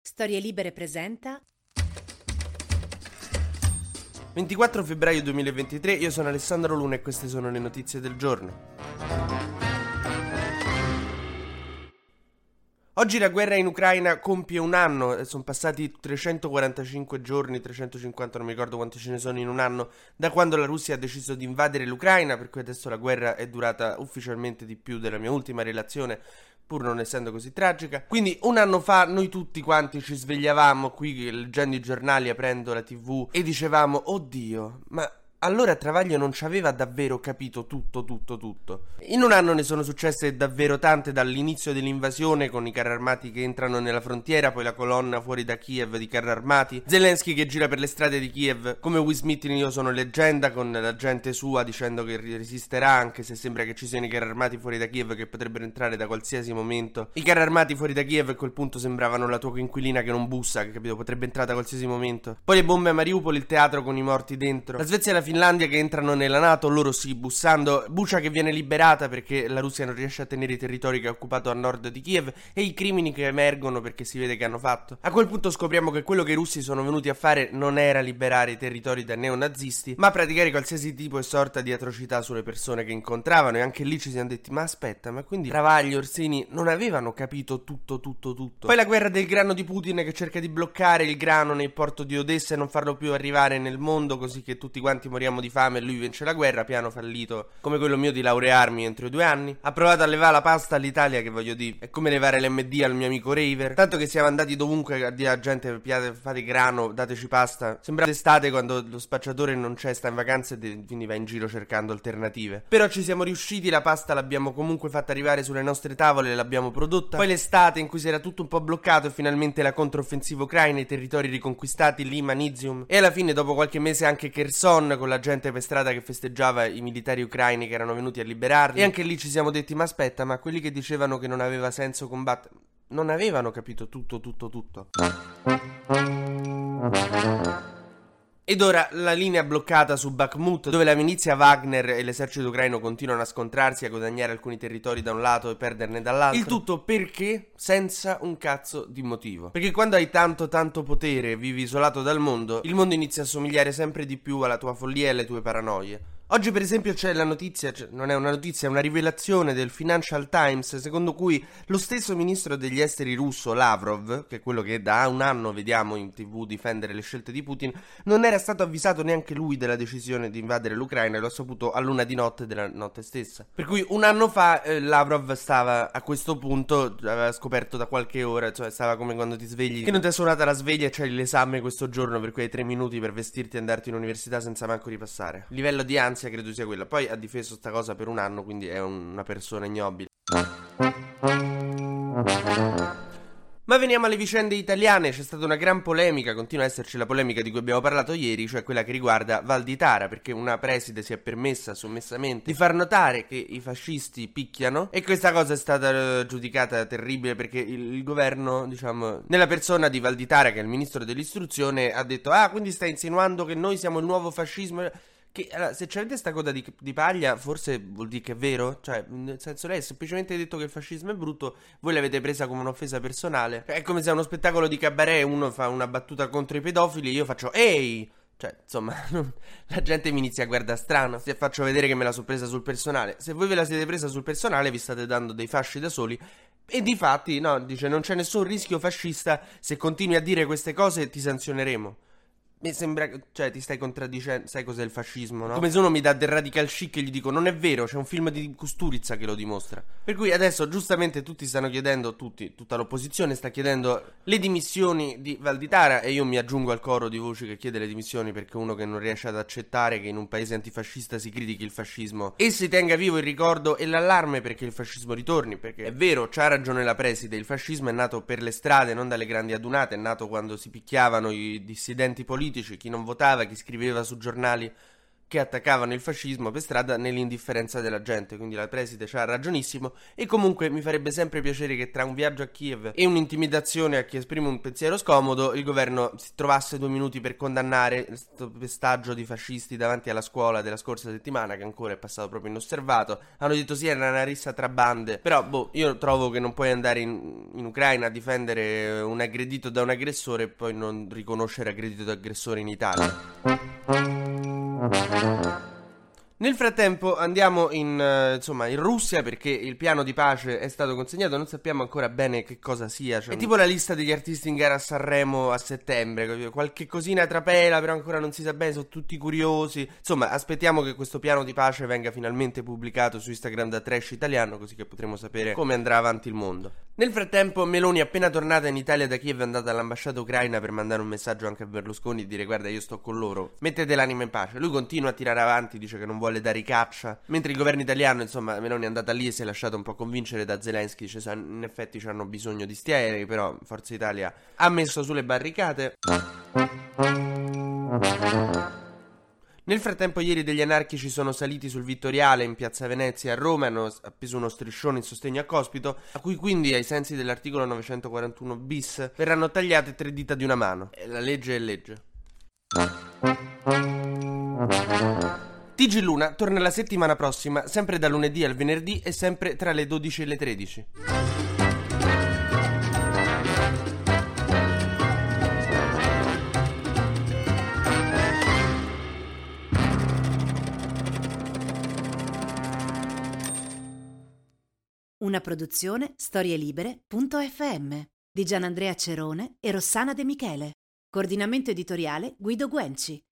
Storie Libere presenta 24 febbraio 2023, io sono Alessandro Luna e queste sono le notizie del giorno. Oggi la guerra in Ucraina compie un anno, sono passati 345 giorni, 350, non mi ricordo quanti ce ne sono in un anno, da quando la Russia ha deciso di invadere l'Ucraina, per cui adesso la guerra è durata ufficialmente di più della mia ultima relazione, pur non essendo così tragica. Quindi un anno fa noi tutti quanti ci svegliavamo qui leggendo i giornali, aprendo la TV e dicevamo: oddio, ma allora Travaglio non ci aveva davvero capito tutto. In un anno ne sono successe davvero tante, dall'inizio dell'invasione con i carri armati che entrano nella frontiera, poi la colonna fuori da Kiev di carri armati, Zelensky che gira per le strade di Kiev come Will Smith in Io sono leggenda, con la gente sua dicendo che resisterà anche se sembra che ci siano i carri armati fuori da Kiev che potrebbero entrare da qualsiasi momento. I carri armati fuori da Kiev a quel punto sembravano la tua coinquilina che non bussa, che capito, potrebbe entrare da qualsiasi momento. Poi le bombe a Mariupol, il teatro con i morti dentro, la Svezia e la Finlandia che entrano nella NATO, loro sì, bussando, Bucha che viene liberata perché la Russia non riesce a tenere i territori che ha occupato a nord di Kiev, e i crimini che emergono perché si vede che hanno fatto. A quel punto scopriamo che quello che i russi sono venuti a fare non era liberare i territori da neonazisti, ma praticare qualsiasi tipo e sorta di atrocità sulle persone che incontravano. E anche lì ci siamo detti: ma aspetta, ma quindi Travaglio, Orsini non avevano capito tutto. Poi la guerra del grano di Putin che cerca di bloccare il grano nel porto di Odessa e non farlo più arrivare nel mondo, così che tutti quanti moriamo di fame e lui vince la guerra. Piano fallito come quello mio di laurearmi entro i 2 anni. Ha provato a levare la pasta all'Italia, che voglio dire, è come levare l'MD al mio amico Raver, tanto che siamo andati dovunque a dire a gente: fate grano, dateci pasta. Sembra d'estate quando lo spacciatore non c'è, sta in vacanza e quindi va in giro cercando alternative. Però ci siamo riusciti, la pasta l'abbiamo comunque fatta arrivare sulle nostre tavole, l'abbiamo prodotta. Poi l'estate in cui si era tutto un po' bloccato e finalmente la controffensiva ucraina, i territori riconquistati, Liman, Izium, e alla fine dopo qualche mese anche Kherson, con la gente per strada che festeggiava i militari ucraini che erano venuti a liberarli. E anche lì ci siamo detti: ma aspetta, ma quelli che dicevano che non aveva senso combattere non avevano capito tutto. Ed ora la linea bloccata su Bakhmut, dove la milizia Wagner e l'esercito ucraino continuano a scontrarsi, a guadagnare alcuni territori da un lato e perderne dall'altro. Il tutto perché? Senza un cazzo di motivo. Perché quando hai tanto potere e vivi isolato dal mondo, il mondo inizia a somigliare sempre di più alla tua follia e alle tue paranoie. Oggi per esempio c'è la notizia, non è una notizia, è una rivelazione del Financial Times, secondo cui lo stesso ministro degli esteri russo, Lavrov, che è quello che da un anno vediamo in TV difendere le scelte di Putin, non era stato avvisato neanche lui della decisione di invadere l'Ucraina, e lo ha saputo a luna di notte della notte stessa. Per cui un anno fa Lavrov stava, a questo punto, aveva scoperto da qualche ora, cioè stava come quando ti svegli, che non ti è suonata la sveglia e c'hai l'esame questo giorno, per cui hai 3 minuti per vestirti e andarti in università senza manco ripassare. Livello di ansia credo sia quella. Poi ha difeso sta cosa per un anno, quindi è una persona ignobile. Ma veniamo alle vicende italiane. C'è stata una gran polemica, continua a esserci la polemica di cui abbiamo parlato ieri, cioè quella che riguarda Valditara, perché una preside si è permessa sommessamente di far notare che i fascisti picchiano, e questa cosa è stata giudicata terribile perché il governo, diciamo, nella persona di Valditara, che è il ministro dell'istruzione, ha detto: ah, quindi stai insinuando che noi siamo il nuovo fascismo? Che allora, se c'avete sta coda di paglia, forse vuol dire che è vero. Cioè, nel senso, lei ha semplicemente detto che il fascismo è brutto, voi l'avete presa come un'offesa personale. È come se a uno spettacolo di cabaret uno fa una battuta contro i pedofili e io faccio ehi! Cioè, insomma, la gente mi inizia a guardare strano se faccio vedere che me la sono presa sul personale. Se voi ve la siete presa sul personale, vi state dando dei fasci da soli. E difatti, no, dice, non c'è nessun rischio fascista, se continui a dire queste cose ti sanzioneremo. Mi sembra, cioè, ti stai contraddicendo. Sai cos'è il fascismo, no? Come se uno mi dà del radical chic e gli dico: non è vero, c'è un film di Kusturica che lo dimostra. Per cui adesso giustamente tutti stanno chiedendo, tutta l'opposizione sta chiedendo le dimissioni di Valditara, e io mi aggiungo al coro di voci che chiede le dimissioni, perché uno che non riesce ad accettare che in un paese antifascista si critichi il fascismo e si tenga vivo il ricordo e l'allarme perché il fascismo ritorni. Perché è vero, c'ha ragione la preside, il fascismo è nato per le strade, non dalle grandi adunate, è nato quando si picchiavano i dissidenti politici, chi non votava, chi scriveva su giornali che attaccavano il fascismo per strada nell'indifferenza della gente, quindi la preside c'ha ragionissimo. E comunque mi farebbe sempre piacere che tra un viaggio a Kiev e un'intimidazione a chi esprime un pensiero scomodo il governo si trovasse 2 minuti per condannare questo pestaggio di fascisti davanti alla scuola della scorsa settimana, che ancora è passato proprio inosservato. Hanno detto sì, era una rissa tra bande, però io trovo che non puoi andare in Ucraina a difendere un aggredito da un aggressore e poi non riconoscere aggredito da aggressore in Italia. Nel frattempo andiamo in Russia, perché il piano di pace è stato consegnato, non sappiamo ancora bene che cosa sia, è tipo la lista degli artisti in gara a Sanremo a settembre, qualche cosina trapela, però ancora non si sa bene, sono tutti curiosi. Insomma, aspettiamo che questo piano di pace venga finalmente pubblicato su Instagram da Trash Italiano, così che potremo sapere come andrà avanti il mondo. Nel frattempo Meloni, appena tornata in Italia da Kiev, è andata all'ambasciata ucraina per mandare un messaggio anche a Berlusconi e dire: guarda, io sto con loro, mettete l'anima in pace. Lui continua a tirare avanti, dice che non vuole dare ricaccia, mentre il governo italiano, insomma, Meloni è andata lì e si è lasciata un po' convincere da Zelensky, dice in effetti hanno bisogno di sti aerei, però Forza Italia ha messo sulle barricate. Nel frattempo ieri degli anarchici sono saliti sul Vittoriale in piazza Venezia a Roma, hanno appeso uno striscione in sostegno a Cospito, a cui quindi ai sensi dell'articolo 941 bis verranno tagliate 3 dita di una mano. La legge è legge. TG Luna torna la settimana prossima, sempre da lunedì al venerdì e sempre tra le 12 e le 13. Una produzione storielibere.fm di Gianandrea Cerone e Rossana De Michele. Coordinamento editoriale Guido Guenci.